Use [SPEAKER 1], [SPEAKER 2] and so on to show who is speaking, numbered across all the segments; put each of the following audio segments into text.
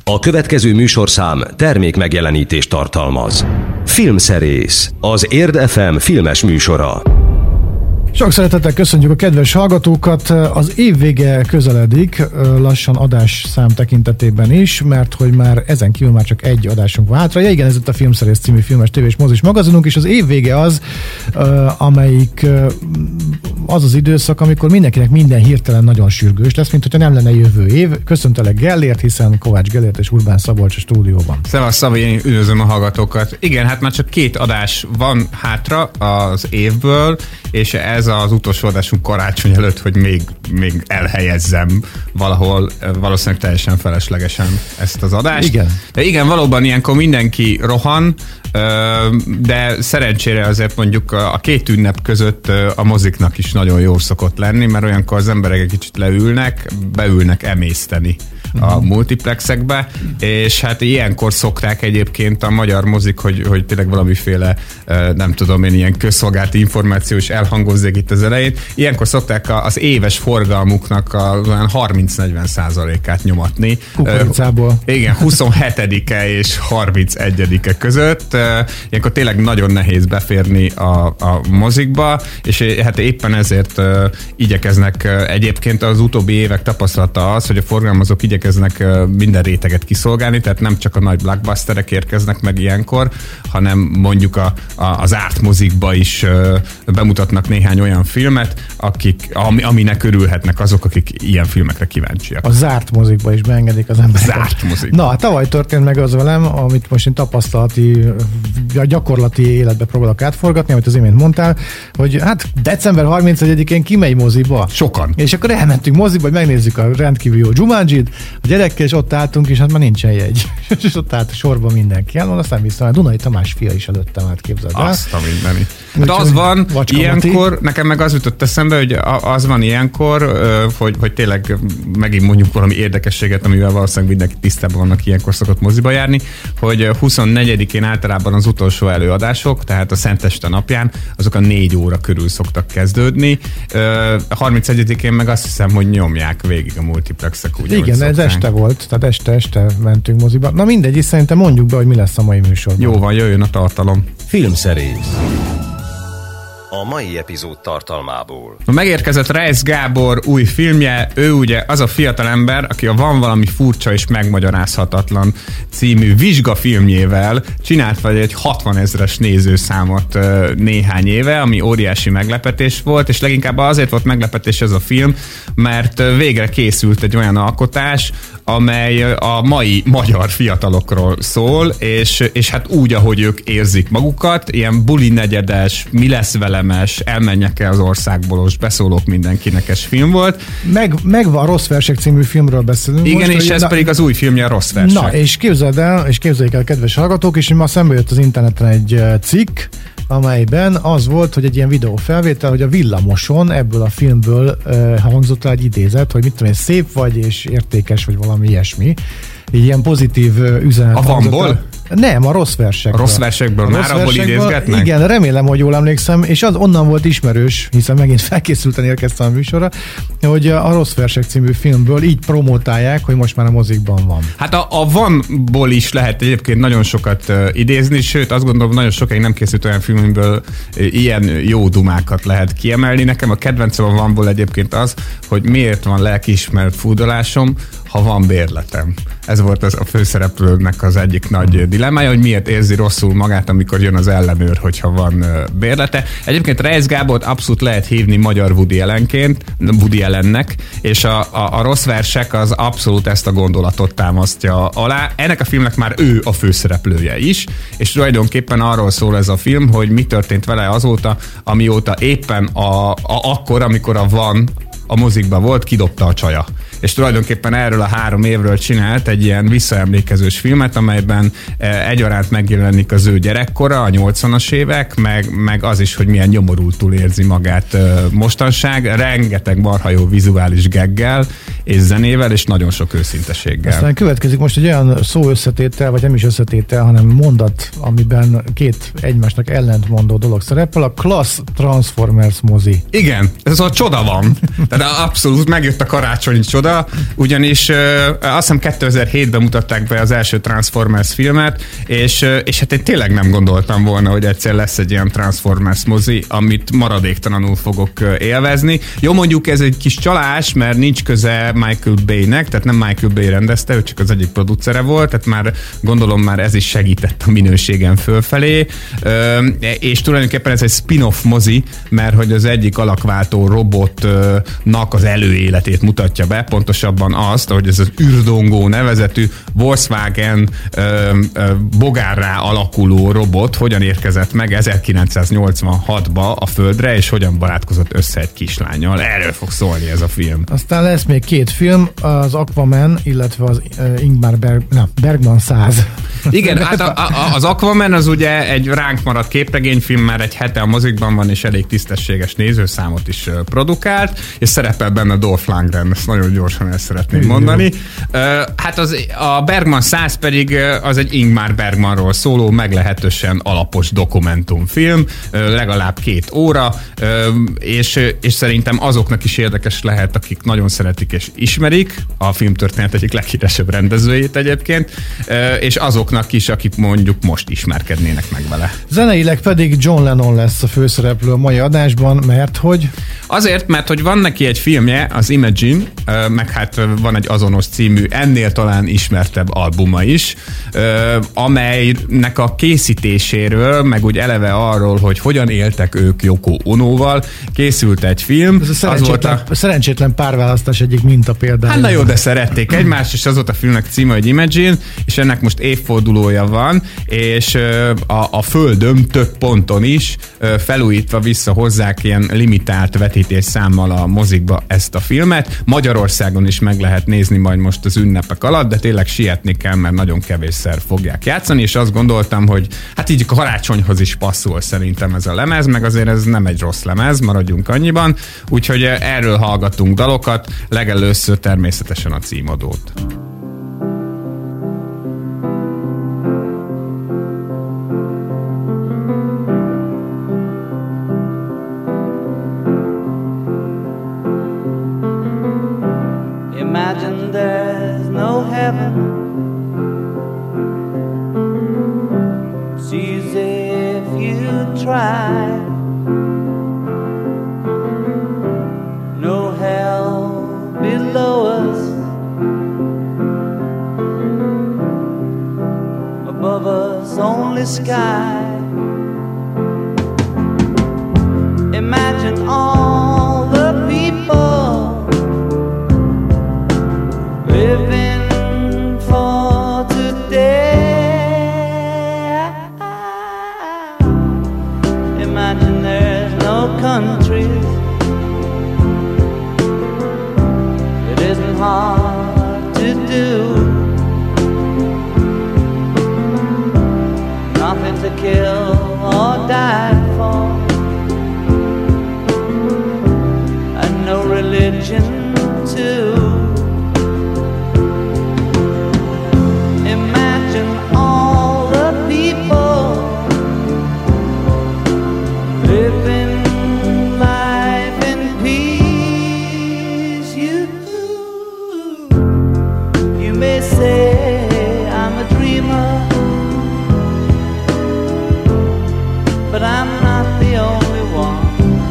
[SPEAKER 1] A következő műsorszám termék megjelenítést tartalmaz. Filmszerész, az Érd FM filmes műsora.
[SPEAKER 2] Sok szeretettel köszöntjük a kedves hallgatókat. Az év vége közeledik, lassan adásszám tekintetében is, mert hogy már ezen kívül már csak egy adásunk van hátra. Ja, igen, ez itt a Filmszerész című filmes tévés mozis magazinunk, és az év vége az, amelyik az az időszak, amikor mindenkinek minden hirtelen nagyon sürgős lesz, mint hogyha nem lenne jövő év. Köszöntelek Gellért, hiszen Kovács Gellért és Urbán Szabolcs a stúdióban.
[SPEAKER 3] Szevasz Szabi, én üdvözlöm a hallgatókat. Igen, hát már csak 2 adás van hátra az évből, és ez az utolsó adásunk karácsony előtt, hogy még elhelyezzem valahol, valószínűleg teljesen feleslegesen ezt az adást.
[SPEAKER 2] Igen.
[SPEAKER 3] De igen, valóban ilyenkor mindenki rohan, de szerencsére azért mondjuk a 2 ünnep között a moziknak is nagyon jó szokott lenni, mert olyankor az emberek egy kicsit beülnek emészteni a multiplexekbe, és hát ilyenkor szokták egyébként a magyar mozik, hogy tényleg valamiféle, nem tudom én, ilyen közszolgálati információ is elhangozzék itt az elején. Ilyenkor szokták az éves forgalmuknak a 30-40%-át nyomatni.
[SPEAKER 2] Kukoricából.
[SPEAKER 3] Igen, 27-e és 31-e között. Ilyenkor tényleg nagyon nehéz beférni a mozikba, és hát éppen ezért igyekeznek egyébként az utóbbi évek tapasztalata az, hogy a forgalmazók igyekeznek minden réteget kiszolgálni, tehát nem csak a nagy blockbusterek érkeznek meg ilyenkor, hanem mondjuk az árt mozikba is bemutatnak néhány olyan filmet, aminek örülhetnek azok, akik ilyen filmekre kíváncsiak.
[SPEAKER 2] A zárt mozikba is beengedik az embereket.
[SPEAKER 3] Zárt mozikba.
[SPEAKER 2] Na, tavaly történt meg az velem, amit most én tapasztalati, gyakorlati életbe próbálok átforgatni, amit az imént mondtál, hogy hát december 31-én kimegy moziba.
[SPEAKER 3] Sokan.
[SPEAKER 2] És akkor elmentünk moziba, hogy megnézzük a rendkívül jó Jumanjit, a gyerekkel, és ott álltunk, és hát már nincsen jegy. És ott állt sorba mindenki. Aztán vissza, Dunai Tamás fia is előttem, hát képzeld el.
[SPEAKER 3] Azt a mindenit. Hát az van ilyenkor, nekem meg az jutott eszembe, hogy az van ilyenkor, hogy tényleg megint mondjuk valami érdekességet, amivel valószínűleg mindenki tisztában vannak, ilyenkor szokott moziba járni, hogy 24-én általában az utolsó előadások, tehát a Szenteste napján, azok a 4 óra körül szoktak kezdődni. 31-én meg azt hiszem, hogy nyomják végig a multiplexek. Úgy,
[SPEAKER 2] igen, ez este volt, tehát este mentünk moziba. Na mindegy, és szerintem mondjuk be, hogy mi lesz a mai műsorban.
[SPEAKER 3] Jó van, jöjjön a tartalom.
[SPEAKER 1] Filmszerész. A mai epizód tartalmából.
[SPEAKER 3] Megérkezett Reisz Gábor új filmje, ő ugye az a fiatalember, aki a Van valami furcsa és megmagyarázhatatlan című vizsgafilmjével csinált vagy egy 60 000-es nézőszámot néhány éve, ami óriási meglepetés volt, és leginkább azért volt meglepetés ez a film, mert végre készült egy olyan alkotás, amely a mai magyar fiatalokról szól, és hát úgy, ahogy ők érzik magukat, ilyen buli negyedes, mi lesz velemes, elmenjek-e az országból, beszólok mindenkinekes film volt.
[SPEAKER 2] Megvan, a Rossz Versek című filmről beszélünk.
[SPEAKER 3] Igen,
[SPEAKER 2] most,
[SPEAKER 3] és ez pedig az új filmje, a Rossz Versek.
[SPEAKER 2] Na, és képzeljék el, kedves hallgatók, és ma szembe jött az interneten egy cikk, amelyben az volt, hogy egy ilyen videófelvétel, hogy a villamoson ebből a filmből hangzott el egy idézet, hogy mit tudom én, szép vagy és értékes, vagy valami ilyesmi. Így ilyen pozitív üzenet.
[SPEAKER 3] A Vanból?
[SPEAKER 2] Nem, a Rossz Versekből.
[SPEAKER 3] A Rossz Versekből? Már abból idézgetnek?
[SPEAKER 2] Igen, remélem, hogy jól emlékszem, és az onnan volt ismerős, hiszen megint felkészülten érkeztem a műsorra, hogy a Rossz Versek című filmből így promotálják, hogy most már a mozikban van.
[SPEAKER 3] Hát a Vanból is lehet egyébként nagyon sokat idézni, sőt azt gondolom, nagyon sokáig nem készült olyan filmből ilyen jó dumákat lehet kiemelni. Nekem a kedvencem a Vanból egyébként az, hogy miért van lelkiismeret fúdalásom, ha van bérletem. Ez volt a főszereplőnek az egyik nagy dilemmája, hogy miért érzi rosszul magát, amikor jön az ellenőr, hogyha van bérlete. Egyébként Reisz Gábort abszolút lehet hívni magyar Woody Allennek, és a Rossz Versek az abszolút ezt a gondolatot támasztja alá. Ennek a filmnek már ő a főszereplője is, és tulajdonképpen arról szól ez a film, hogy mi történt vele azóta, amióta éppen akkor, amikor a Van a mozikban volt, kidobta a csaja. És tulajdonképpen erről a 3 évről csinált egy ilyen visszaemlékezős filmet, amelyben egyaránt megjelenik az ő gyerekkora, a 80-as évek, meg az is, hogy milyen nyomorultul érzi magát mostanság. Rengeteg marha jó vizuális gaggel és zenével, és nagyon sok őszinteséggel.
[SPEAKER 2] Aztán következik most egy olyan szó összetétel, vagy nem is összetétel, hanem mondat, amiben 2 egymásnak ellentmondó dolog szerepel, a Class Transformers mozi.
[SPEAKER 3] Igen, ez a csoda van. Tehát abszolút megjött a karácsonyi csoda, oda, ugyanis azt hiszem 2007-ben mutatták be az első Transformers filmet, és hát én tényleg nem gondoltam volna, hogy egyszer lesz egy ilyen Transformers mozi, amit maradéktalanul fogok élvezni. Jó, mondjuk ez egy kis csalás, mert nincs köze Michael Bay-nek, tehát nem Michael Bay rendezte, ő csak az egyik producere volt, tehát már gondolom már ez is segített a minőségen fölfelé, és tulajdonképpen ez egy spin-off mozi, mert hogy az egyik alakváltó robotnak az előéletét mutatja be, pontosabban azt, hogy ez az űrdongó nevezetű Volkswagen bogárrá alakuló robot hogyan érkezett meg 1986-ba a Földre, és hogyan barátkozott össze egy kislánnyal. Erről fog szólni ez a film.
[SPEAKER 2] Aztán lesz még 2 film, az Aquaman, illetve az Bergman 100.
[SPEAKER 3] Igen, hát az Aquaman az ugye egy ránk maradt képregényfilm, már egy hete a mozikban van, és elég tisztességes nézőszámot is produkált, és szerepel benne Dolph Lundgren, ezt nagyon gyorsan el szeretném mondani. Hát a Bergman 100 pedig az egy Ingmar Bergmanról szóló, meglehetősen alapos dokumentumfilm, legalább 2 óra, és szerintem azoknak is érdekes lehet, akik nagyon szeretik és ismerik a filmtörténet egyik leghíresebb rendezőjét egyébként, és azoknak is, akik mondjuk most ismerkednének meg vele.
[SPEAKER 2] Zeneileg pedig John Lennon lesz a főszereplő a mai adásban, mert hogy?
[SPEAKER 3] Azért, mert hogy van neki egy filmje, az Imagine, meg hát van egy azonos című, ennél talán ismertebb albuma is, amelynek a készítéséről, meg úgy eleve arról, hogy hogyan éltek ők Yoko Onóval, készült egy film.
[SPEAKER 2] Ez a szerencsétlen párválasztás egyik mintapéldája.
[SPEAKER 3] Hát na jó, de szerették egymást, és az volt a filmnek címe, hogy Imagine, és ennek most évfordulója van, és a Földön több ponton is felújítva vissza hozzák ilyen limitált vetítésszámmal a mozikba ezt a filmet. Magyarországon is meg lehet nézni majd most az ünnepek alatt, de tényleg sietni kell, mert nagyon kevésszer fogják játszani, és azt gondoltam, hogy hát így a karácsonyhoz is passzol szerintem ez a lemez, meg azért ez nem egy rossz lemez, maradjunk annyiban, úgyhogy erről hallgatunk dalokat, legelőször természetesen a címadót.
[SPEAKER 4] Imagine there's no heaven. It's easy if you try. No hell below us. Above us only sky. Imagine all the people living for today. Imagine there's no countries. It isn't hard to do. Nothing to kill or die for, and no religion too. Imagine all the people living life in peace. You may say I'm a dreamer, but I'm not the only one.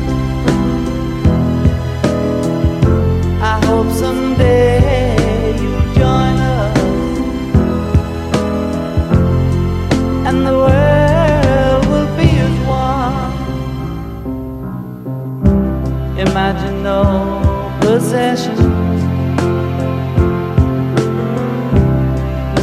[SPEAKER 4] I hope someday you'll join us, and the world will be as one. Imagine no possessions,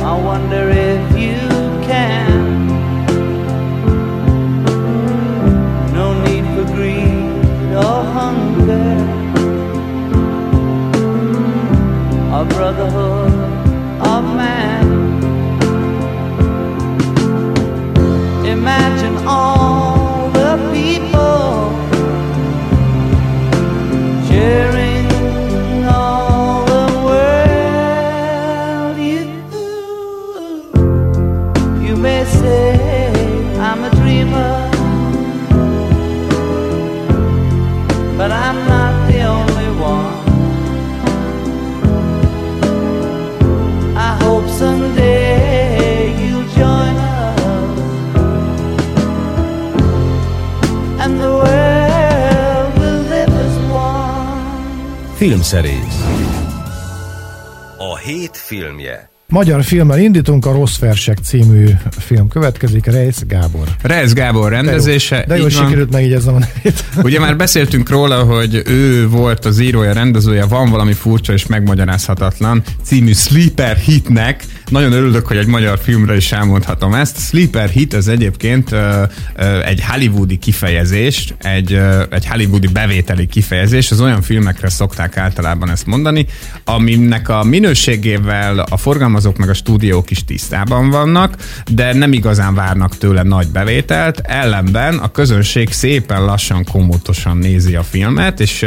[SPEAKER 1] Filmszerész. A hét filmje.
[SPEAKER 2] Magyar filmmel indítunk, a Rossz Versek című film következik, Reisz Gábor.
[SPEAKER 3] Reisz Gábor rendezése.
[SPEAKER 2] De jól sikerült megjegyeznem a nevét.
[SPEAKER 3] Ugye már beszéltünk róla, hogy ő volt az írója, rendezője, Van valami furcsa és megmagyarázhatatlan című Sleeper Hitnek. Nagyon örülök, hogy egy magyar filmre is elmondhatom ezt. Sleeper Hit, ez egyébként egy hollywoodi kifejezés, egy hollywoodi bevételi kifejezés, az olyan filmekre szokták általában ezt mondani, aminek a minőségével a forgalmazók meg a stúdiók is tisztában vannak, de nem igazán várnak tőle nagy bevételt, ellenben a közönség szépen lassan, komótosan nézi a filmet, és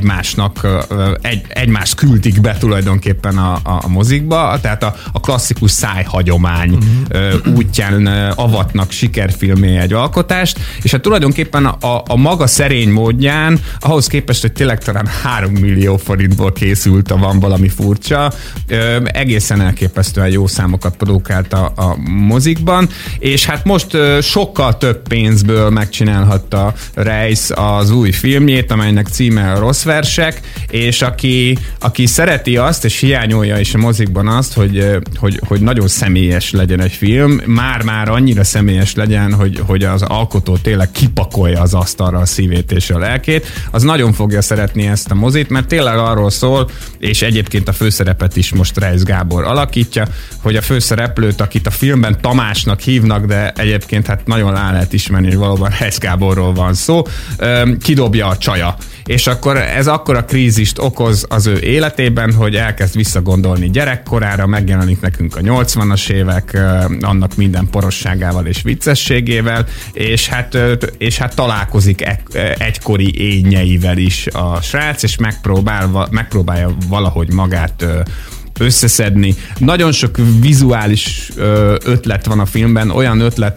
[SPEAKER 3] egymást küldik be tulajdonképpen a mozikba, tehát a klasszikus szájhagyomány útján avatnak sikerfilmé egy alkotást, és hát tulajdonképpen a maga szerény módján, ahhoz képest, hogy tényleg talán 3 millió forintból készült a Van valami furcsa, egészen elképesztően jó számokat produkált a mozikban, és hát most sokkal több pénzből megcsinálhatta Reisz az új filmjét, amelynek címe a Rossz Versek, és aki szereti azt, és hiányolja is a mozikban azt, hogy nagyon személyes legyen egy film, már annyira személyes legyen, hogy az alkotó tényleg kipakolja az asztalra a szívét és a lelkét, az nagyon fogja szeretni ezt a mozit, mert tényleg arról szól, és egyébként a főszerepet is most Reisz Gábor alakítja, hogy a főszereplőt, akit a filmben Tamásnak hívnak, de egyébként hát nagyon rá lehet ismerni, hogy valóban Reisz Gáborról van szó, kidobja a csaja. És akkor ez akkora krízist okoz az ő életében, hogy elkezd visszagondolni gyerekkorára, megjelenik nekünk a 80-as évek, annak minden porosságával és viccességével, és hát találkozik egykori énjeivel is a srác, és megpróbálja valahogy magát összeszedni. Nagyon sok vizuális ötlet van a filmben, olyan ötlet,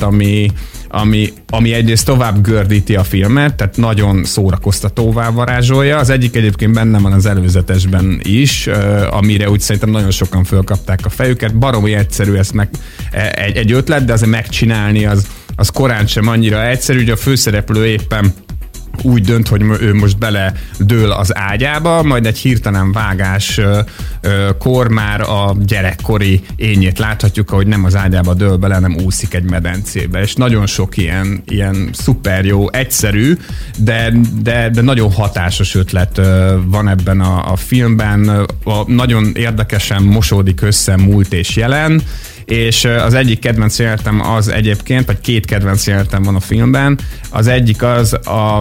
[SPEAKER 3] ami egyrészt tovább gördíti a filmet, tehát nagyon szórakoztatóvá varázsolja. Az egyik egyébként benne van az előzetesben is, amire úgy szerintem nagyon sokan fölkapták a fejüket. Baromi egyszerű ezt egy ötlet, de azért megcsinálni az korán sem annyira egyszerű, hogy a főszereplő éppen úgy dönt, hogy ő most beledől az ágyába, majd egy hirtelen vágáskor már a gyerekkori énjét láthatjuk, ahogy nem az ágyába dől bele, hanem úszik egy medencébe. És nagyon sok ilyen szuper jó, egyszerű, de nagyon hatásos ötlet van ebben a filmben. Nagyon érdekesen mosódik össze múlt és jelen, és az egyik kedvenc jelenetem az egyébként, vagy 2 kedvenc jelenetem van a filmben. Az egyik az,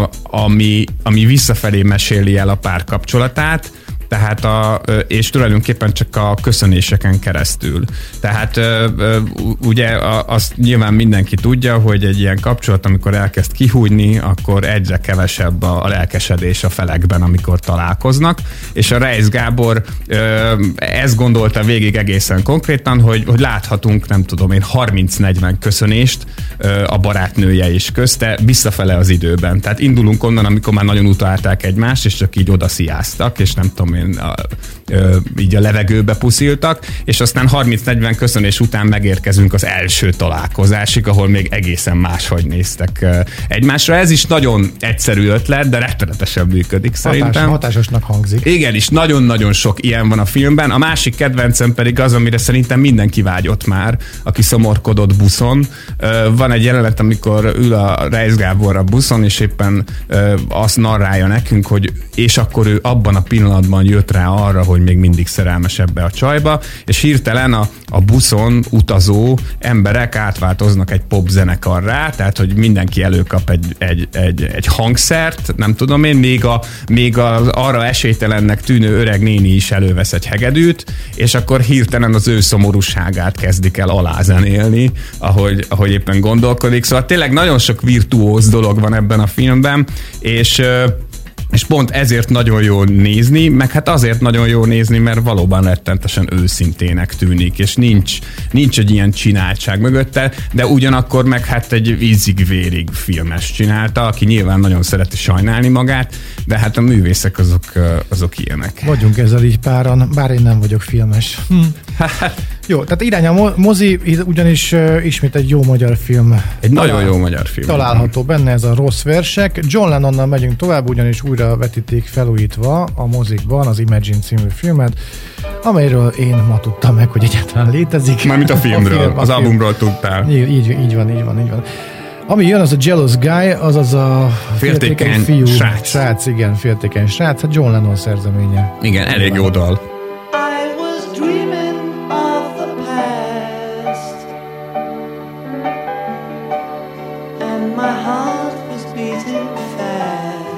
[SPEAKER 3] ami visszafelé meséli el a párkapcsolatát, tehát és tulajdonképpen csak a köszönéseken keresztül. Tehát ugye azt nyilván mindenki tudja, hogy egy ilyen kapcsolat, amikor elkezd kihújni, akkor egyre kevesebb a lelkesedés a felekben, amikor találkoznak, és a Reisz Gábor ezt gondolta végig egészen konkrétan, hogy láthatunk, nem tudom én, 30-40 köszönést a barátnője is közte, visszafele az időben. Tehát indulunk onnan, amikor már nagyon utálták egymást, és csak így odasziáztak, és nem tudom én, így a levegőbe pusziltak, és aztán 30-40 köszönés után megérkezünk az első találkozásig, ahol még egészen máshogy néztek egymásra. Ez is nagyon egyszerű ötlet, de rettenetesen működik szerintem.
[SPEAKER 2] Hatásosnak hangzik.
[SPEAKER 3] Igen, és nagyon-nagyon sok ilyen van a filmben. A másik kedvencem pedig az, amire szerintem mindenki vágyott már, aki szomorkodott buszon. Van egy jelenet, amikor ül a Reisz Gábor a buszon, és éppen azt narrálja nekünk, hogy és akkor ő abban a pillanatban jött rá arra, hogy még mindig szerelmes ebbe a csajba, és hirtelen a buszon utazó emberek átváltoznak egy popzenekarrá, tehát hogy mindenki előkap egy hangszert, nem tudom én, még az arra esélytelennek tűnő öreg néni is elővesz egy hegedűt, és akkor hirtelen az ő szomorúságát kezdik el alázenélni, ahogy éppen gondolkodik. Szóval tényleg nagyon sok virtuóz dolog van ebben a filmben, és pont ezért nagyon jó nézni, meg hát azért nagyon jó nézni, mert valóban rettentesen őszintének tűnik, és nincs egy ilyen csináltság mögötte, de ugyanakkor meg hát egy ízig-vérig filmes csinálta, aki nyilván nagyon szereti sajnálni magát, de hát a művészek azok ilyenek.
[SPEAKER 2] Vagyunk ezzel így páran, bár én nem vagyok filmes. Jó, tehát irány a mozi, ugyanis ismét egy jó magyar film.
[SPEAKER 3] Egy nagyon jó magyar film.
[SPEAKER 2] Található benne ez a Rossz versek. John Lennonnal megyünk tovább, ugyanis újra vetíték felújítva a mozikban az Imagine című filmet, amelyről én ma tudtam meg, hogy egyáltalán létezik.
[SPEAKER 3] Mármint a filmről, az albumról tudtál.
[SPEAKER 2] Így van. Ami jön, az a Jealous Guy, azaz a féltékeny fiú. Srác, igen, féltékeny srác. Hát John Lennon szerzeménye.
[SPEAKER 3] Igen, elég jó dal.
[SPEAKER 4] I was dreaming of the past, and my heart was beating fast.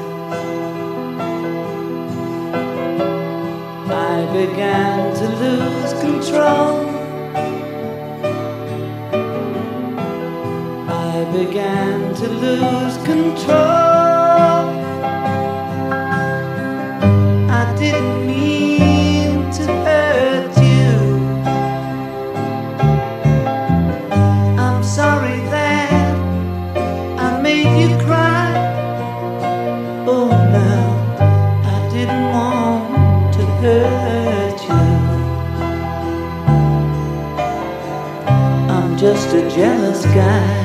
[SPEAKER 4] I began to lose control. I began to lose control. I didn't mean to hurt you. I'm sorry that I made you cry. Oh no, I didn't want to hurt you. I'm just a jealous guy.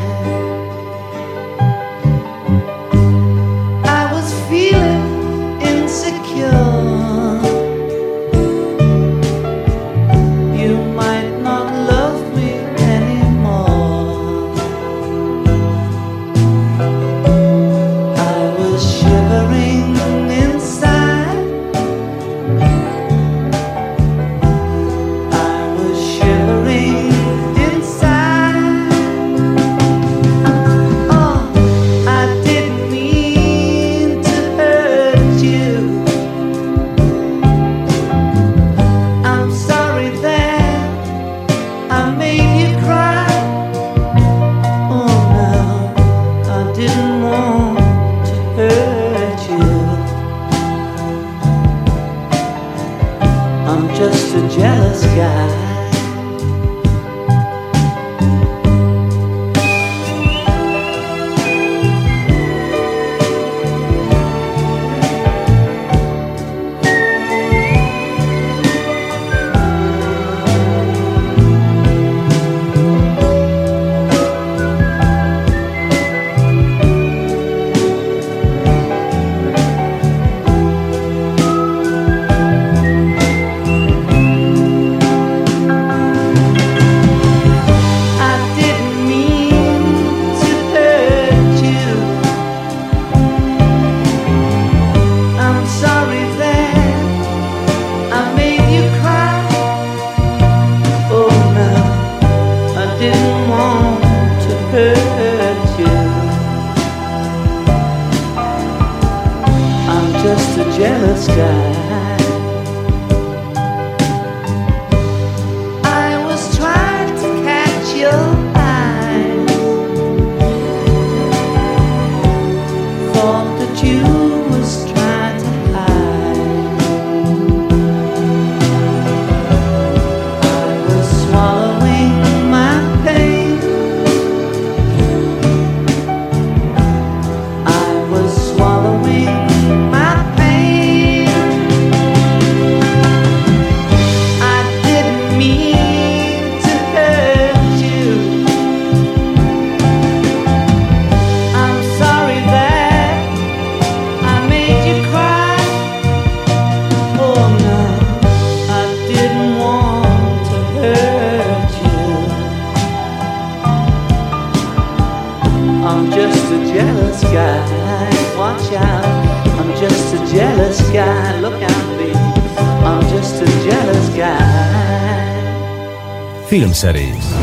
[SPEAKER 1] Filmszerész.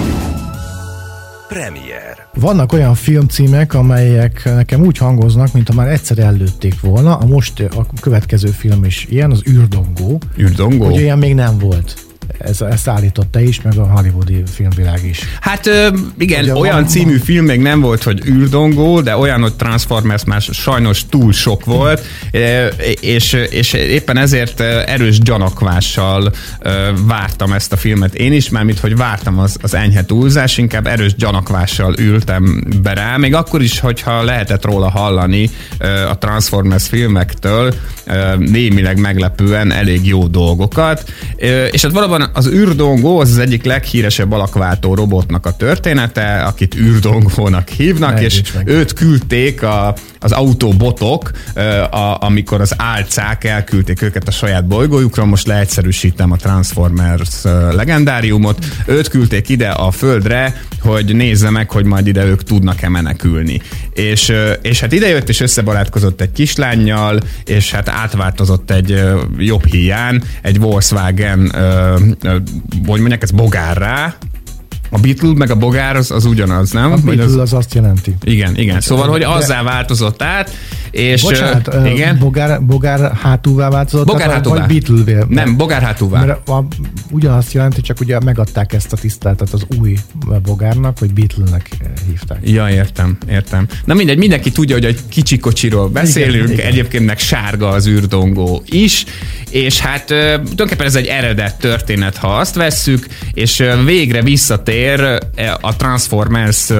[SPEAKER 1] Premier.
[SPEAKER 2] Vannak olyan filmcímek, amelyek nekem úgy hangoznak, mintha már egyszer ellőtték volna. A következő film is ilyen, az űrdongó.
[SPEAKER 3] Űrdongó?
[SPEAKER 2] Hogy olyan még nem volt. Ezt állította is, meg a hollywoodi filmvilág is.
[SPEAKER 3] Hát igen,
[SPEAKER 2] ugye
[SPEAKER 3] olyan című film még nem volt, hogy űrdongó, de olyan, hogy Transformers már sajnos túl sok volt, és éppen ezért erős gyanakvással vártam ezt a filmet én is, mármint, hogy vártam az enyhe túlzás, inkább erős gyanakvással ültem be rá, még akkor is, hogyha lehetett róla hallani a Transformers filmektől némileg meglepően elég jó dolgokat, és hát valóban van az űrdongó, az egyik leghíresebb alakváltó robotnak a története, akit űrdongónak hívnak, és őt küldték az autóbotok, amikor az álcák elküldték őket a saját bolygójukra, most leegyszerűsítem a Transformers legendáriumot, őt küldték ide a Földre, hogy nézze meg, hogy majd ide ők tudnak-e menekülni. És hát idejött és összebarátkozott egy kislánnyal, és hát átváltozott egy jobb híján, egy Volkswagen, hogy mondják, ez bogárrá. A Beetle meg a bogár az ugyanaz, nem?
[SPEAKER 2] A Beetle az azt jelenti.
[SPEAKER 3] Igen. Szóval, hogy azzá változott át, és...
[SPEAKER 2] Bocsánat,
[SPEAKER 3] igen?
[SPEAKER 2] bogár hátúvá változott?
[SPEAKER 3] Bogár hátúvá.
[SPEAKER 2] Vagy Beetle-vé?
[SPEAKER 3] Nem, bogár hátúvá.
[SPEAKER 2] Mert ugyanazt jelenti, csak ugye megadták ezt a tiszteletet az új bogárnak, hogy Beetle-nek hívták.
[SPEAKER 3] Ja, értem. Na mindegy, mindenki tudja, hogy egy kicsi kocsiról beszélünk, igen. Egyébként meg sárga az űrdongó is, és hát tulajdonképpen ez egy eredet történet, ha azt vesszük, és végre visszatér a Transformers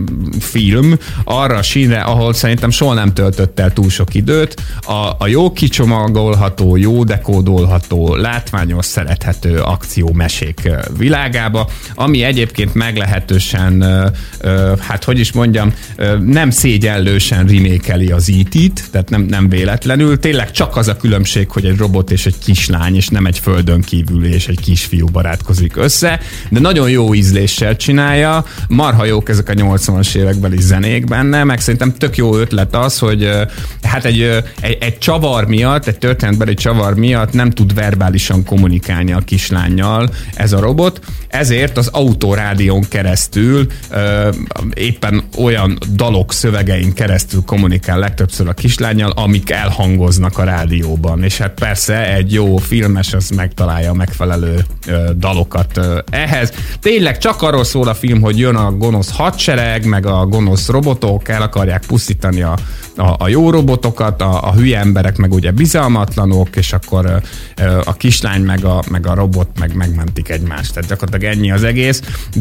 [SPEAKER 3] film arra a sínre, ahol szerintem soha nem töltött el túl sok időt. A jó kicsomagolható, jó dekódolható, látványos, szerethető akciómesék világába, ami egyébként meglehetősen, hát hogy is mondjam, nem szégyellősen remékeli az E.T.-t, tehát nem véletlenül. Tényleg csak az a különbség, hogy egy robot és egy kislány, és nem egy földön kívüli és egy kisfiú barátkozik össze, de nagyon jó ízléssel csinálja, marha jók ezek a 80-as évekbeli zenék benne, meg szerintem tök jó ötlet az, hogy hát egy csavar miatt, egy történetbeli csavar miatt nem tud verbálisan kommunikálni a kislánnyal ez a robot, ezért az autorádión keresztül éppen olyan dalok szövegein keresztül kommunikál legtöbbször a kislánnyal, amik elhangoznak a rádióban, és hát persze egy jó filmes az megtalálja a megfelelő dalokat ehhez. Tényleg csak arról szól a film, hogy jön a gonosz hadsereg, meg a gonosz robotok, el akarják pusztítani a jó robotokat, a hülye emberek meg ugye bizalmatlanok, és a kislány meg a robot megmentik egymást. Tehát gyakorlatilag ennyi az egész,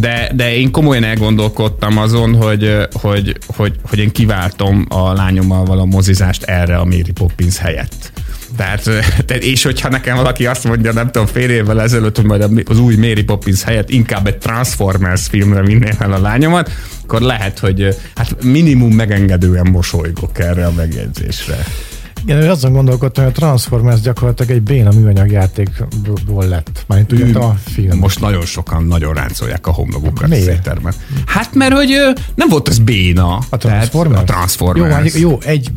[SPEAKER 3] de én komolyan elgondolkodtam azon, hogy én kiváltom a lányommal való mozizást erre a Mary Poppins helyett. Tehát, és hogyha nekem valaki azt mondja, nem tudom, fél évvel ezelőtt, hogy majd az új Mary Poppins helyett inkább egy Transformers filmre vinném el a lányomat, akkor lehet, hogy hát minimum megengedően mosolygok erre a megjegyzésre.
[SPEAKER 2] Igen, én azon gondolkodtam, hogy a Transformers gyakorlatilag egy béna műanyagjátékból lett. Mármint ugye a film.
[SPEAKER 3] Most nagyon sokan nagyon ráncolják a homlokukat
[SPEAKER 2] Miért?
[SPEAKER 3] széterben. Hát mert hogy nem volt az béna.
[SPEAKER 2] A Transformers?
[SPEAKER 3] A Transformers.
[SPEAKER 2] Jó,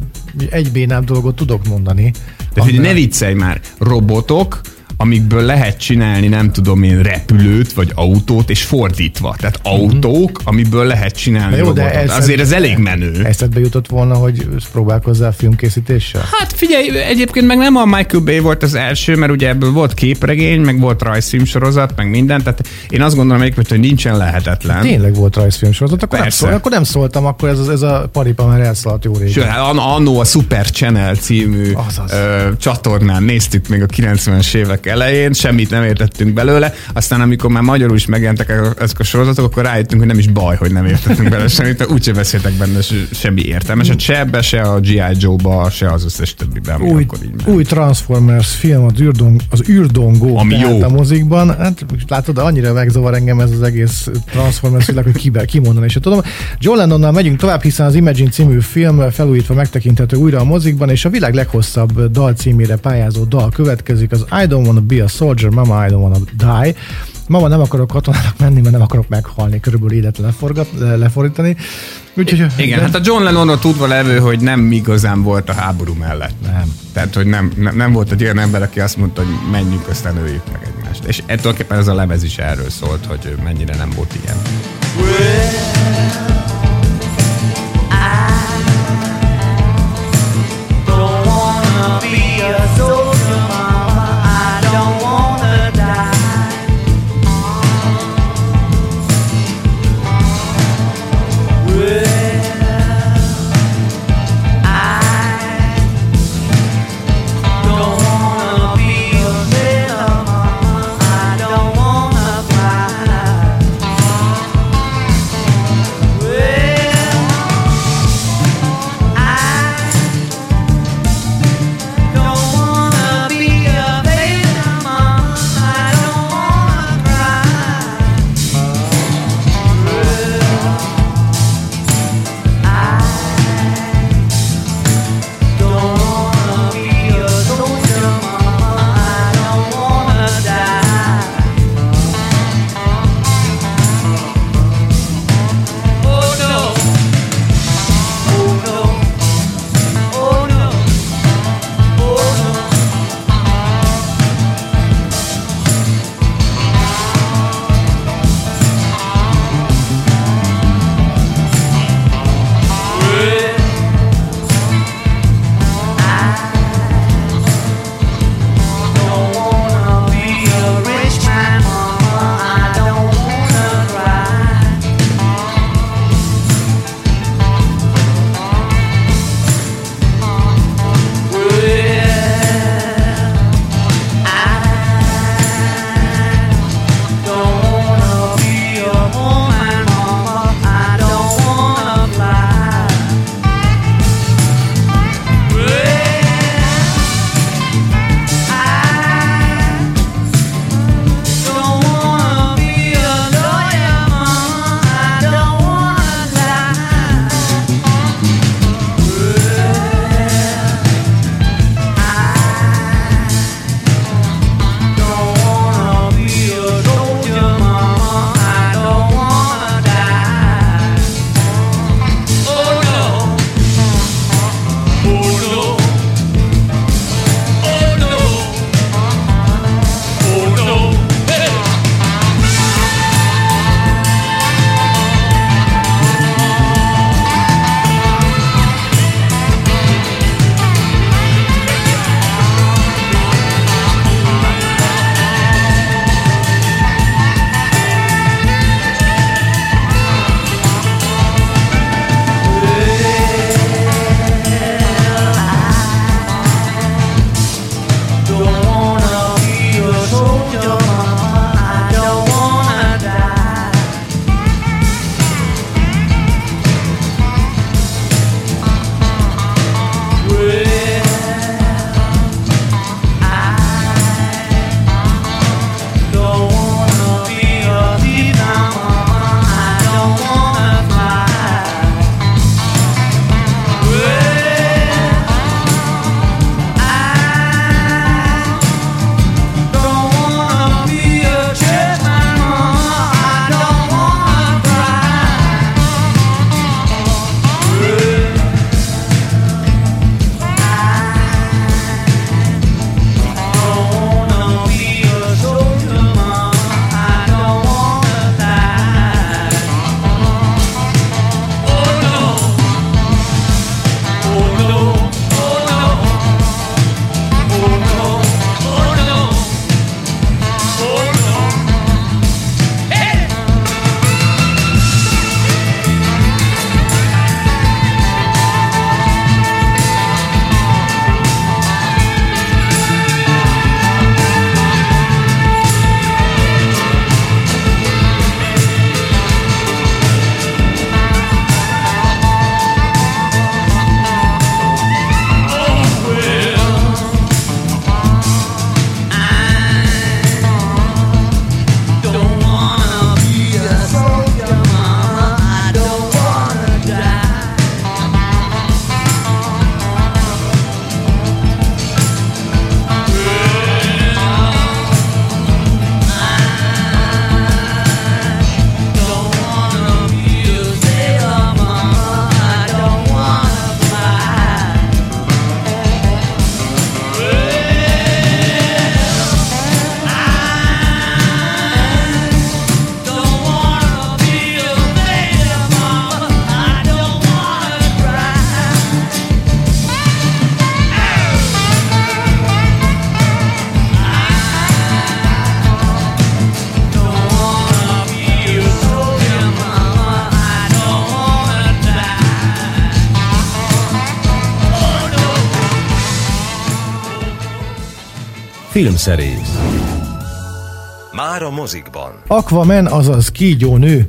[SPEAKER 2] egy bénább dolgot tudok mondani.
[SPEAKER 3] De hogy ne viccelj már, robotok, amikből lehet csinálni, nem tudom én, repülőt, vagy autót, és fordítva. Tehát autók, amiből lehet csinálni robotot. Azért ez elég menő.
[SPEAKER 2] Eszedbe jutott volna, hogy próbálkozzál filmkészítéssel?
[SPEAKER 3] Hát figyelj, egyébként meg nem a Michael Bay volt az első, mert ugye ebből volt képregény, meg volt rajzfilmsorozat, meg minden, tehát én azt gondolom egyébként, hogy nincsen lehetetlen.
[SPEAKER 2] Tényleg volt rajzfilmsorozat, akkor nem szóltam, akkor ez a paripa már elszaladt jó régen.
[SPEAKER 3] Sőt, annó a Super Channel című csatornán néztük még a 90-es évek elején, semmit nem értettünk belőle, aztán amikor már magyarul is megjelentek ezek a sorozatok, akkor rájöttünk, hogy nem is baj, hogy nem értettünk belőle semmit, mert úgyse beszéltek benne semmi értelmeset, se ebbe, se a G.I. Joe-ba, se az összes többiben.
[SPEAKER 2] Új Transformers film, az űrdongó,
[SPEAKER 3] ami jó.
[SPEAKER 2] A mozikban. Hát látod, annyira megzavar engem ez az egész Transformers világ, hogy kimondani se tudom. John Lennonnal megyünk tovább, hiszen az Imagine című film felújítva megtekinthető újra a mozikban, és a világ leghosszabb dal címére pályázó dal következik, az I Don't Wanna Be a Soldier, Mama I Don't Wanna Die. Mama, nem akarok katonának menni, mert nem akarok meghalni, körülbelül élet lefordítani. Úgyhogy,
[SPEAKER 3] igen, hát a John Lennonról tudva levő, hogy nem igazán volt a háború mellett. Nem. Tehát, hogy nem volt egy olyan ember, aki azt mondta, hogy menjünk, aztán öljük meg egymást. És tulajdonképpen ez a lemez is erről szólt, hogy mennyire nem volt ilyen.
[SPEAKER 4] Well,
[SPEAKER 1] Filmszerész. Már a mozikban.
[SPEAKER 2] Aquaman, azaz kígyónő.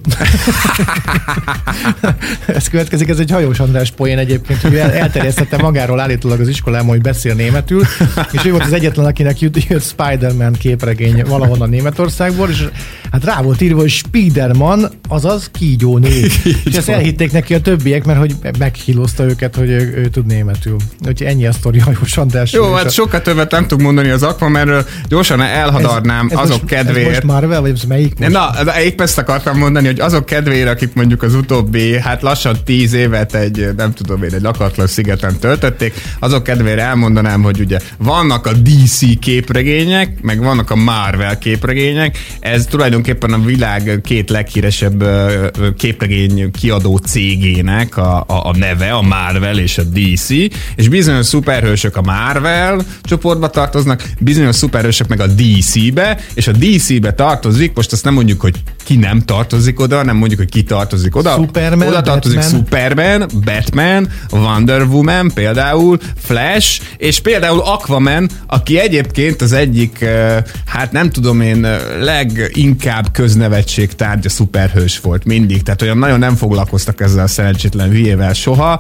[SPEAKER 2] Ez következik, ez egy Hajós András poén egyébként, hogy elterjesztette magáról állítólag az iskolában, hogy beszél németül, és ő volt az egyetlen, akinek jött Spider-Man képregény valahonnan Németországból, és hát rá volt írva, hogy Spiderman, azaz kígyónő. És ezt elhitték neki a többiek, mert hogy meghílozta őket, hogy ő tud németül. Úgyhogy ennyi a sztori Hajós András.
[SPEAKER 3] Jó, hát sokkal többet nem tudok mondani az Aquamanről, gyorsan elhadarnám azok kedvéért. Ez
[SPEAKER 2] most Marvel, vagy melyik most?
[SPEAKER 3] Na, épp ezt akartam mondani, hogy azok kedvére, akik mondjuk az utóbbi, hát lassan 10 évet egy lakatlan szigeten töltötték, azok kedvére elmondanám, hogy ugye vannak a DC képregények, meg vannak a Marvel képregények, ez tulajdonképpen a világ két leghíresebb képregény kiadó cégének a neve, a Marvel és a DC, és bizonyos szuperhősök a Marvel csoportba tartoznak, bizonyos szuperhősök meg a DC-be, és a DC-be tartozik, most azt nem mondjuk, hogy ki nem tartozik oda, nem mondjuk, hogy ki tartozik oda.
[SPEAKER 2] Superman,
[SPEAKER 3] oda tartozik
[SPEAKER 2] Batman.
[SPEAKER 3] Superman, Batman, Wonder Woman például, Flash, és például Aquaman, aki egyébként az egyik, hát nem tudom én, leginkább köznevetség tárgya szuperhős volt mindig, tehát olyan nagyon nem foglalkoztak ezzel a szerencsétlen hülyével soha.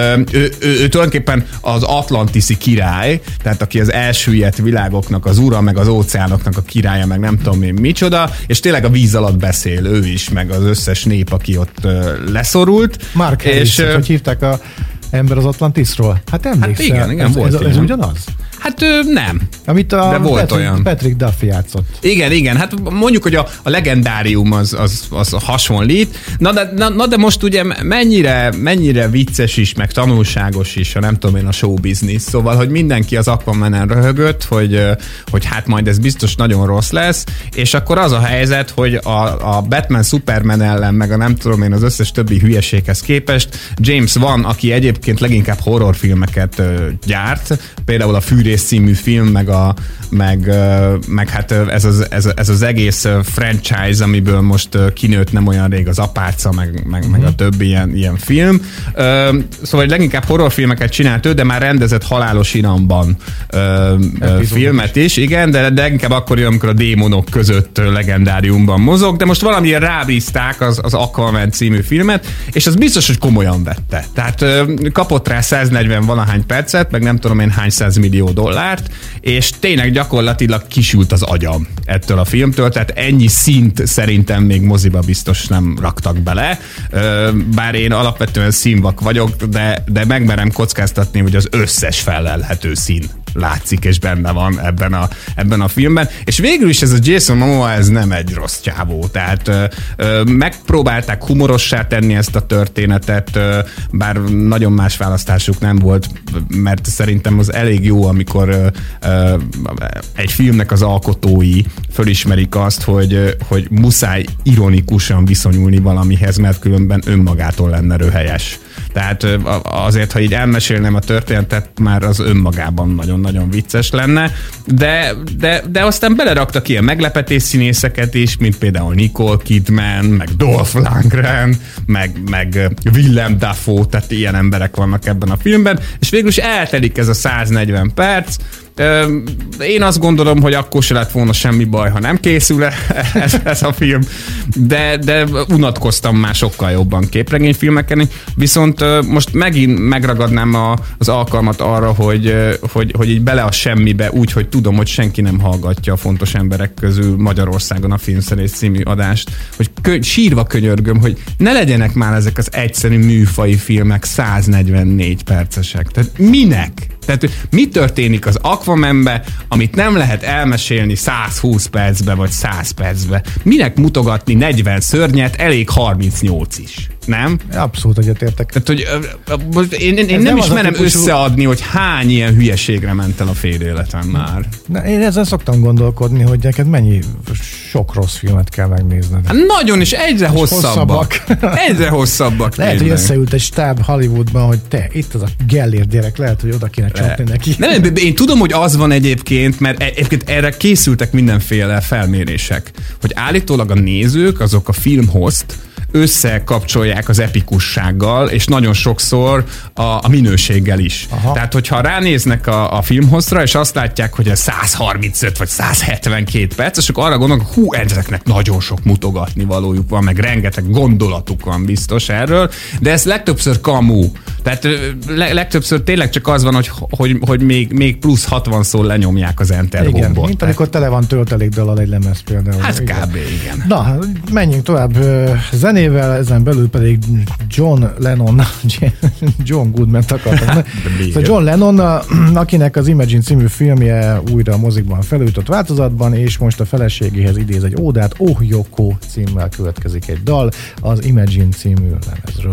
[SPEAKER 3] Ő tulajdonképpen az atlantiszi király, tehát aki az elsüllyedt világoknak az ura, meg az óceánoknak a királya, meg nem tudom én micsoda, és tényleg a víz alatt beszél ő is, meg az összes nép, aki ott leszorult.
[SPEAKER 2] Mark Harris, hogy hívták a ember az Atlantisról? Hát emlékszel.
[SPEAKER 3] Hát igen, volt
[SPEAKER 2] ez ugyanaz?
[SPEAKER 3] Hát nem.
[SPEAKER 2] Amit a Patrick Duffy játszott.
[SPEAKER 3] Igen, hát mondjuk, hogy a legendárium az hasonlít. Na de most ugye mennyire vicces is, meg tanulságos is, nem tudom én, a show business. Szóval, hogy mindenki az Aquamanen röhögött, hogy hát majd ez biztos nagyon rossz lesz, és akkor az a helyzet, hogy a Batman Superman ellen, meg a nem tudom én az összes többi hülyeséghez képest James Wan, aki egyébként leginkább horrorfilmeket gyárt, például a Fűrész című film, meg hát ez az egész franchise, amiből most kinőtt nem olyan rég az Apáca, meg a többi ilyen film. Szóval leginkább horrorfilmeket csinált ő, de már rendezett Halálos Iramban filmet is, igen, de inkább akkor jön, amikor a démonok között legendáriumban mozog, de most valamiért rábízták az Aquaman című filmet, és az biztos, hogy komolyan vette. Tehát kapott rá 140 valahány percet, meg nem tudom én hány 100 millió dollárt, és tényleg gyakorlatilag kisült az agyam ettől a filmtől, tehát ennyi színt szerintem még moziba biztos nem raktak bele, bár én alapvetően színvak vagyok, de megmerem kockáztatni, hogy az összes felelhető szín látszik, és benne van ebben a filmben. És végül is ez a Jason Momoa, ez nem egy rossz csávó. Tehát megpróbálták humorossá tenni ezt a történetet, bár nagyon más választásuk nem volt, mert szerintem az elég jó, amikor egy filmnek az alkotói fölismerik azt, hogy muszáj ironikusan viszonyulni valamihez, mert különben önmagától lenne röhelyes. Tehát azért, ha így elmesélnem a történetet, már az önmagában nagyon-nagyon vicces lenne, de aztán beleraktak ilyen meglepetés színészeket is, mint például Nicole Kidman, meg Dolph Lundgren, meg Willem Dafoe, tehát ilyen emberek vannak ebben a filmben, és végül is eltelik ez a 140 perc. Én azt gondolom, hogy akkor se lett volna semmi baj, ha nem készül ez a film, de unatkoztam már sokkal jobban képregényfilmeken, viszont most megint megragadnám az alkalmat arra, hogy így bele a semmibe, úgy, hogy tudom, hogy senki nem hallgatja a fontos emberek közül Magyarországon a Filmszerész című adást, hogy sírva könyörgöm, hogy ne legyenek már ezek az egyszerű műfaji filmek 144 percesek. Tehát minek? Tehát mi történik az Aquamanbe, amit nem lehet elmesélni 120 percbe vagy 100 percbe? Minek mutogatni 40 szörnyet, elég 38 is. Nem?
[SPEAKER 2] Abszolút egyetértek.
[SPEAKER 3] Tehát, hogy én nem is merem összeadni, hogy hány ilyen hülyeségre ment el a fél életem már.
[SPEAKER 2] Én ezen szoktam gondolkodni, hogy neked mennyi sok rossz filmet kell megnézned.
[SPEAKER 3] Hát nagyon, és egyre hosszabbak. Egyre hosszabbak.
[SPEAKER 2] Lehet, hogy összeült egy stáb Hollywoodban, hogy te, itt az a Gellér gyerek, lehet, hogy oda kéne csapni neki.
[SPEAKER 3] Nem, én tudom, hogy az van egyébként, mert egyébként erre készültek mindenféle felmérések, hogy állítólag a nézők, azok a filmhozt összekapcsolják az epikussággal, és nagyon sokszor a minőséggel is.
[SPEAKER 2] Aha.
[SPEAKER 3] Tehát, hogyha ránéznek a filmhosszra, és azt látják, hogy ez 135 vagy 172 perc, és akkor arra gondolnak, hú, ezeknek nagyon sok mutogatni valójuk van, meg rengeteg gondolatuk van biztos erről, de ez legtöbbször kamu. Tehát legtöbbször tényleg csak az van, hogy még plusz 60-szor lenyomják az enter
[SPEAKER 2] Igen,
[SPEAKER 3] gombot.
[SPEAKER 2] mint amikor tele van töltelékdallal egy lemez például.
[SPEAKER 3] Hát
[SPEAKER 2] igen.
[SPEAKER 3] kb. Igen.
[SPEAKER 2] Na, menjünk tovább zenével, ezen belül pedig John Lennon, John Goodman-t akartam. Szóval John Lennon, akinek az Imagine című filmje újra a mozikban felújított változatban, és most a feleségéhez idéz egy ódát, Oh Yoko címmel következik egy dal az Imagine című lemezről.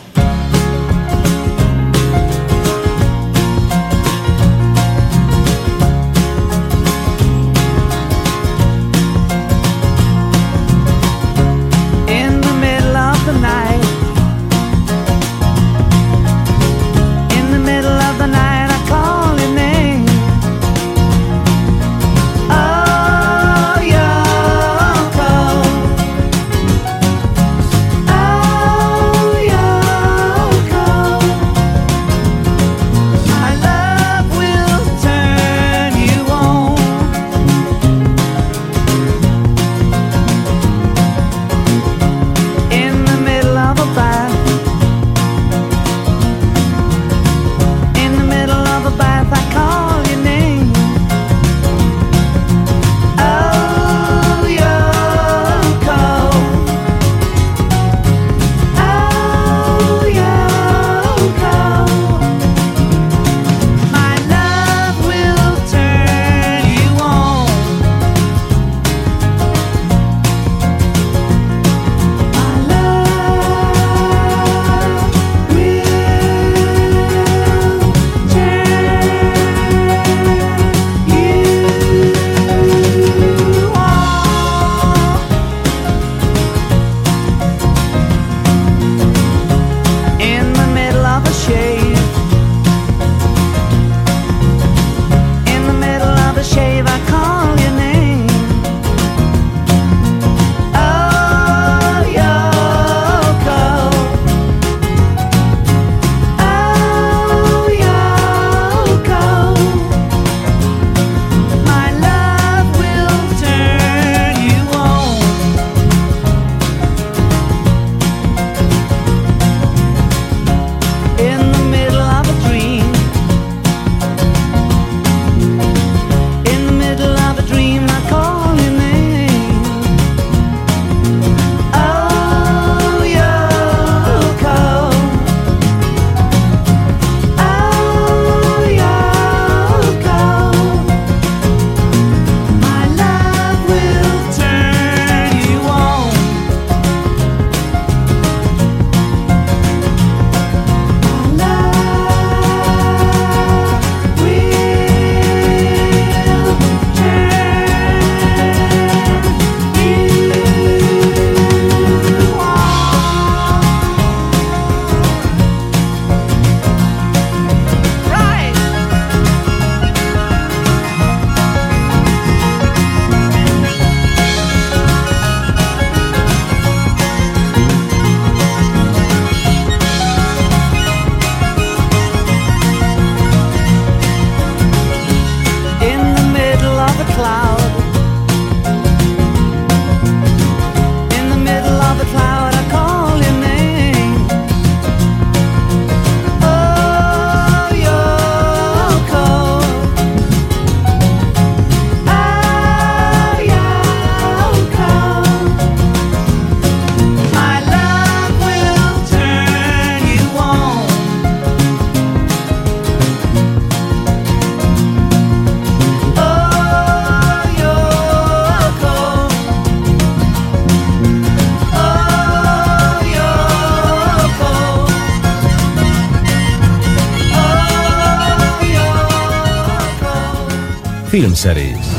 [SPEAKER 1] Filmszerész.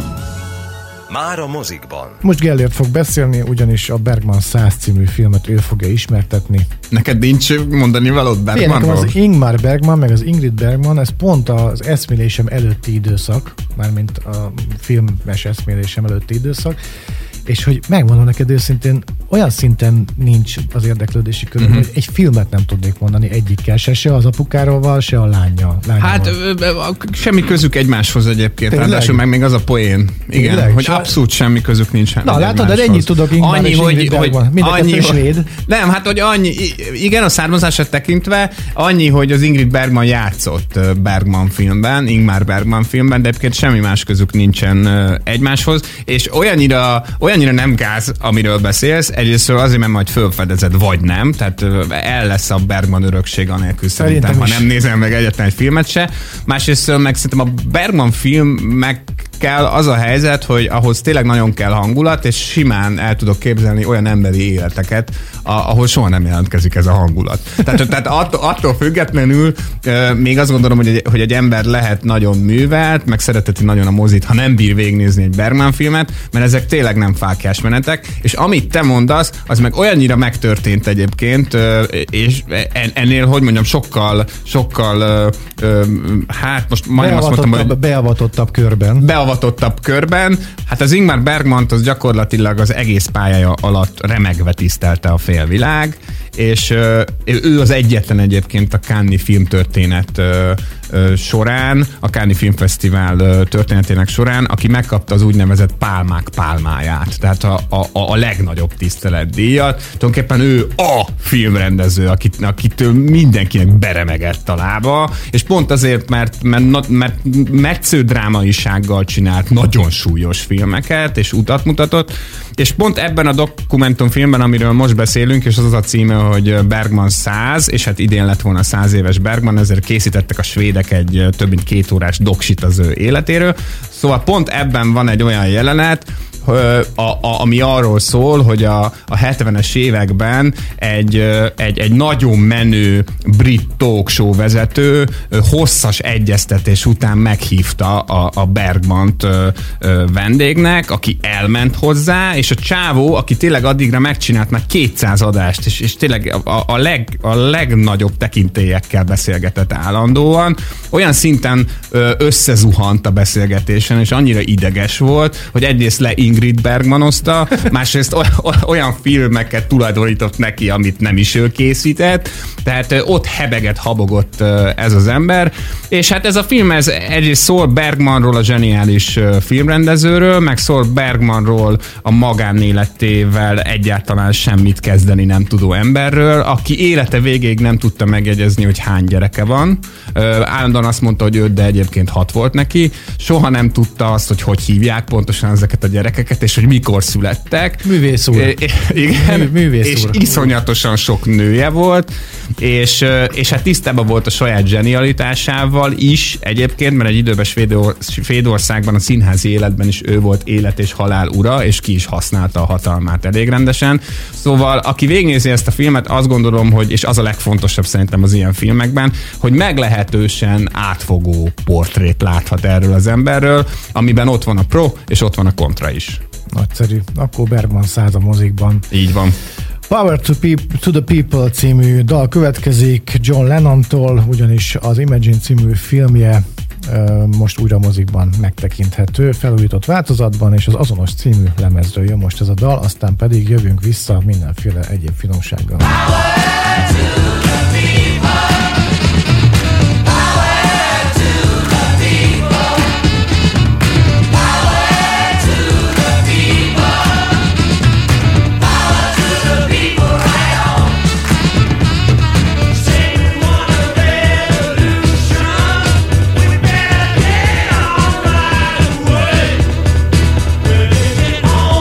[SPEAKER 1] Már a mozikban.
[SPEAKER 2] Most Gellért fog beszélni, ugyanis a Bergman 100 című filmet ő fogja ismertetni.
[SPEAKER 3] Neked nincs mondani valód Bergmanról?
[SPEAKER 2] Nekem az Ingmar Bergman, meg az Ingrid Bergman, ez pont az eszmélésem előtti időszak, mármint a filmes eszmélésem előtti időszak, és hogy megmondom neked őszintén, olyan szinten nincs az érdeklődési körül, hogy egy filmet nem tudnék mondani egyikkel, se az apukáról, se a lányjal.
[SPEAKER 3] Hát semmi közük egymáshoz egyébként.
[SPEAKER 2] Tényleg?
[SPEAKER 3] Ráadásul meg még az a poén. Igen,
[SPEAKER 2] Tényleg?
[SPEAKER 3] hogy abszolút semmi közük nincs.
[SPEAKER 2] Na látod, de ennyit tudok Ingmar és Ingrid Bergman. Mindkettő svéd.
[SPEAKER 3] Nem, hát hogy annyi, igen, a származását tekintve annyi, hogy az Ingrid Bergman játszott Bergman filmben, Ingmar Bergman filmben, de egyébként semmi más közük nincsen egymáshoz, és olyannyira nem gáz, amiről beszélsz, egyrésztről azért, mert majd fölfedezed, vagy nem, tehát el lesz a Bergman örökség anélkül szerintem, ha nem nézel meg egyetlen egy filmet se. Másrésztről meg szerintem a Bergman filmek kell az a helyzet, hogy ahhoz tényleg nagyon kell hangulat, és simán el tudok képzelni olyan emberi életeket, ahol soha nem jelentkezik ez a hangulat. Tehát attól függetlenül még azt gondolom, hogy egy ember lehet nagyon művelt, meg szereteti nagyon a mozit, ha nem bír végignézni egy Bergman filmet, mert ezek tényleg nem fáklyás menetek, és amit te mondasz, az meg olyannyira megtörtént egyébként, és ennél, hogy mondjam, sokkal hát most majdnem azt mondtam, hogy
[SPEAKER 2] beavatottabb körben.
[SPEAKER 3] Hát az Ingmar Bergmant az gyakorlatilag az egész pályája alatt remegve tisztelte a félvilág, és ő az egyetlen egyébként a Cannes-i filmtörténet során, a Cannes-i Filmfesztivál történetének során, aki megkapta az úgynevezett pálmák pálmáját, tehát a legnagyobb tiszteletdíjat. Tulajdonképpen ő a filmrendező, akitől mindenkinek beremegett a lába, és pont azért, mert metsző drámaisággal csinált nagyon súlyos filmeket, és utat mutatott, és pont ebben a dokumentumfilmben, amiről most beszélünk, és az a címe, hogy Bergman 100, és hát idén lett volna 100 éves Bergman, ezért készítettek a svédek egy több mint 2 órás doksit az ő életéről. Szóval pont ebben van egy olyan jelenet, ami arról szól, hogy a 70-es években egy nagyon menő brit talk show vezető hosszas egyeztetés után meghívta a Bergmant vendégnek, aki elment hozzá, és a csávó, aki tényleg addigra megcsinált már 200 adást, és tényleg a legnagyobb tekintélyekkel beszélgetett állandóan, olyan szinten összezuhant a beszélgetésen, és annyira ideges volt, hogy egyrészt Ingrid Bergmanozta, másrészt olyan filmeket tulajdonított neki, amit nem is ő készített, tehát ott hebeget, habogott ez az ember, és hát ez a film egyrészt szól Bergmanról, a zseniális filmrendezőről, meg szól Bergmanról, a magánéletével egyáltalán semmit kezdeni nem tudó emberről, aki élete végéig nem tudta megjegyezni, hogy hány gyereke van. Állandóan azt mondta, hogy 5, de egyébként 6 volt neki. Soha nem tudta azt, hogy hívják pontosan ezeket a gyerekeket, és hogy mikor születtek.
[SPEAKER 2] Művész úr.
[SPEAKER 3] Igen,
[SPEAKER 2] Művész úr.
[SPEAKER 3] És iszonyatosan sok nője volt, és hát tisztában volt a saját zsenialitásával is egyébként, mert egy időben Svédországban a színházi életben is ő volt élet és halál ura, és ki is használta a hatalmát elég rendesen. Szóval, aki végignézi ezt a filmet, azt gondolom, hogy, és az a legfontosabb szerintem az ilyen filmekben, hogy meglehetősen átfogó portrét láthat erről az emberről, amiben ott van a pro, és ott van a kontra is.
[SPEAKER 2] Nagyszerű. Akkor Bergman 100 a mozikban.
[SPEAKER 3] Így van.
[SPEAKER 2] Power to the People című dal következik John Lennontól, ugyanis az Imagine című filmje most újra mozikban megtekinthető, felújított változatban, és az azonos című lemezről jön most ez a dal, aztán pedig jövünk vissza mindenféle egyéb finomsággal.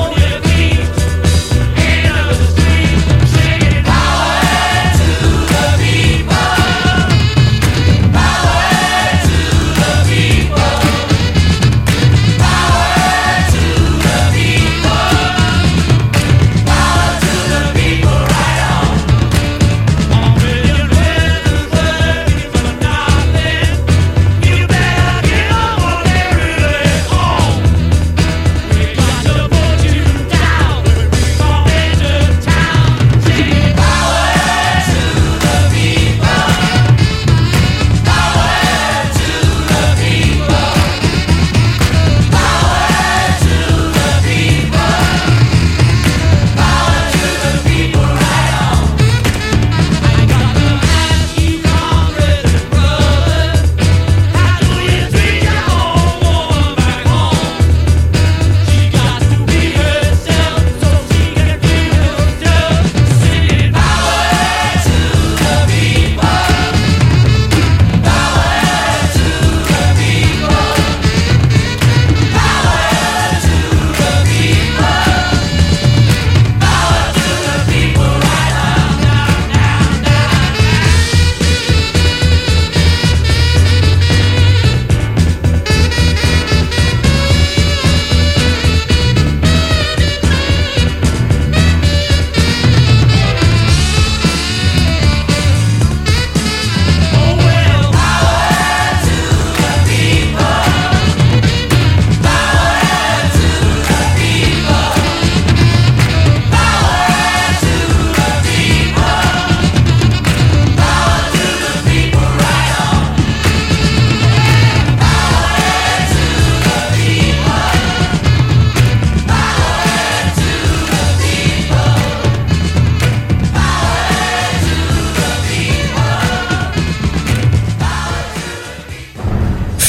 [SPEAKER 5] To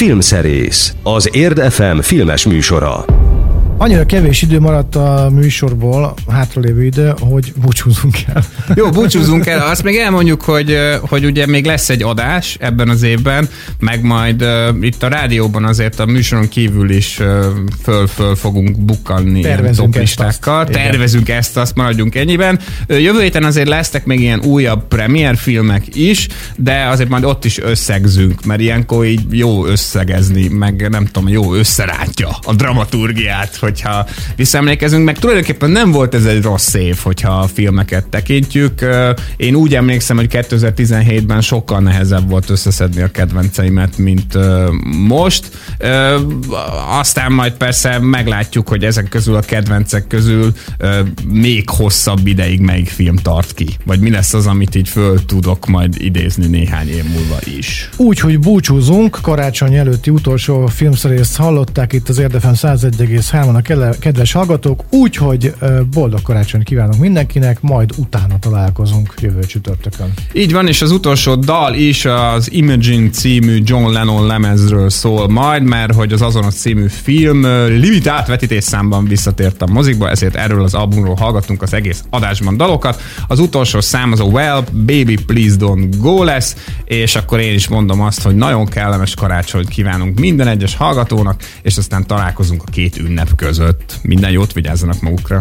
[SPEAKER 1] Filmszerész, az Érd FM filmes műsora.
[SPEAKER 2] Annyira kevés idő maradt a műsorból, a hátralévő idő, hogy búcsúzunk el.
[SPEAKER 3] Jó, búcsúzunk el. Azt még elmondjuk, hogy ugye még lesz egy adás ebben az évben, meg majd itt a rádióban azért a műsoron kívül is föl fogunk bukkanni ilyen toplistákkal. Tervezünk ezt, maradjunk ennyiben. Jövő héten azért lesznek még ilyen újabb premier filmek is, de azért majd ott is összegzünk, mert ilyenkor így jó összegezni, meg nem tudom, jó összerántja a dramaturgiát, hogyha visszaemlékezünk, meg tulajdonképpen nem volt ez egy rossz év, hogyha a filmeket tekintjük. Én úgy emlékszem, hogy 2017-ben sokkal nehezebb volt összeszedni a kedvenceimet, mint most. Aztán majd persze meglátjuk, hogy ezek közül a kedvencek közül még hosszabb ideig melyik film tart ki. Vagy mi lesz az, amit így föl tudok majd idézni néhány év múlva is.
[SPEAKER 2] Úgy, hogy búcsúzunk, karácsony előtti utolsó filmszerészt hallották itt az Érd FM 101,3 a kedves hallgatók, úgyhogy boldog karácsonyt kívánok mindenkinek, majd utána találkozunk jövő csütörtökön.
[SPEAKER 3] Így van, és az utolsó dal is az Imagine című John Lennon lemezről szól majd, mert hogy az Azonos című film limitált vetítésszámban visszatért a mozikba, ezért erről az albumról hallgattunk az egész adásban dalokat. Az utolsó szám az a Well, Baby Please Don't Go lesz, és akkor én is mondom azt, hogy nagyon kellemes karácsonyt kívánunk minden egyes hallgatónak, és aztán találkozunk a két ünnep között. Minden jót, vigyázzanak magukra!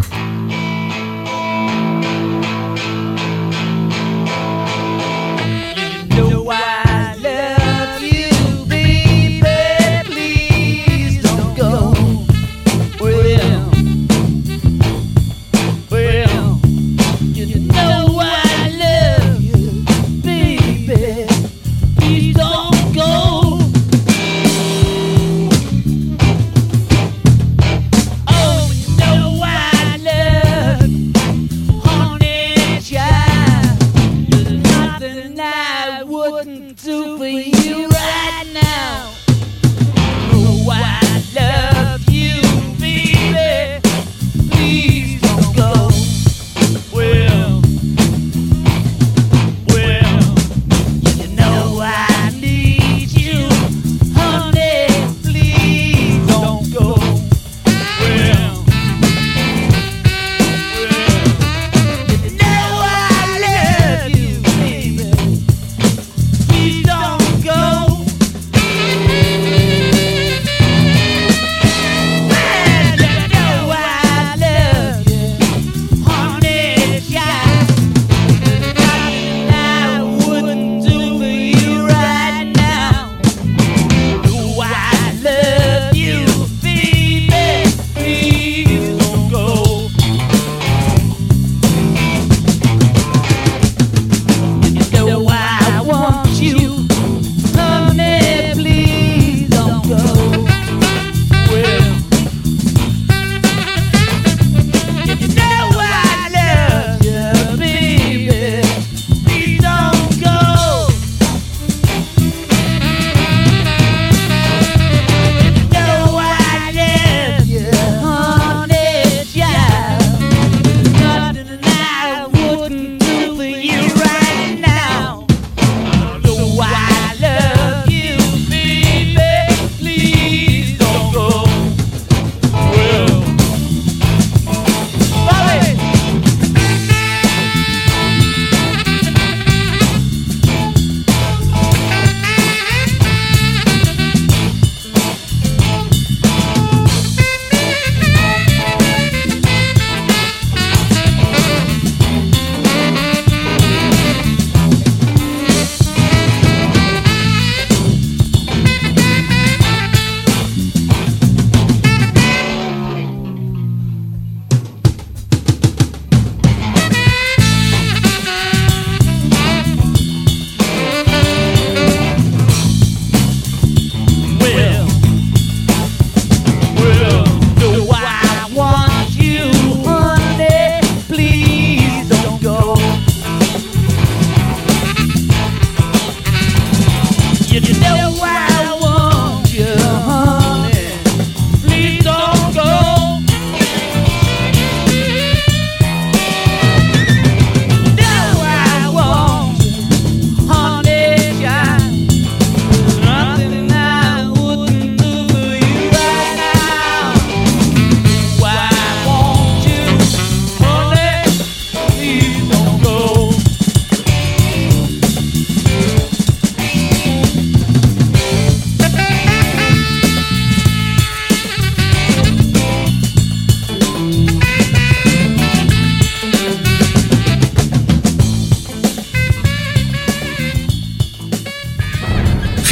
[SPEAKER 4] Oh,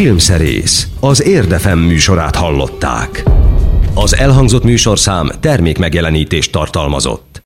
[SPEAKER 1] Filmszerész, az Érd FM műsorát hallották. Az elhangzott műsorszám termék megjelenítést tartalmazott.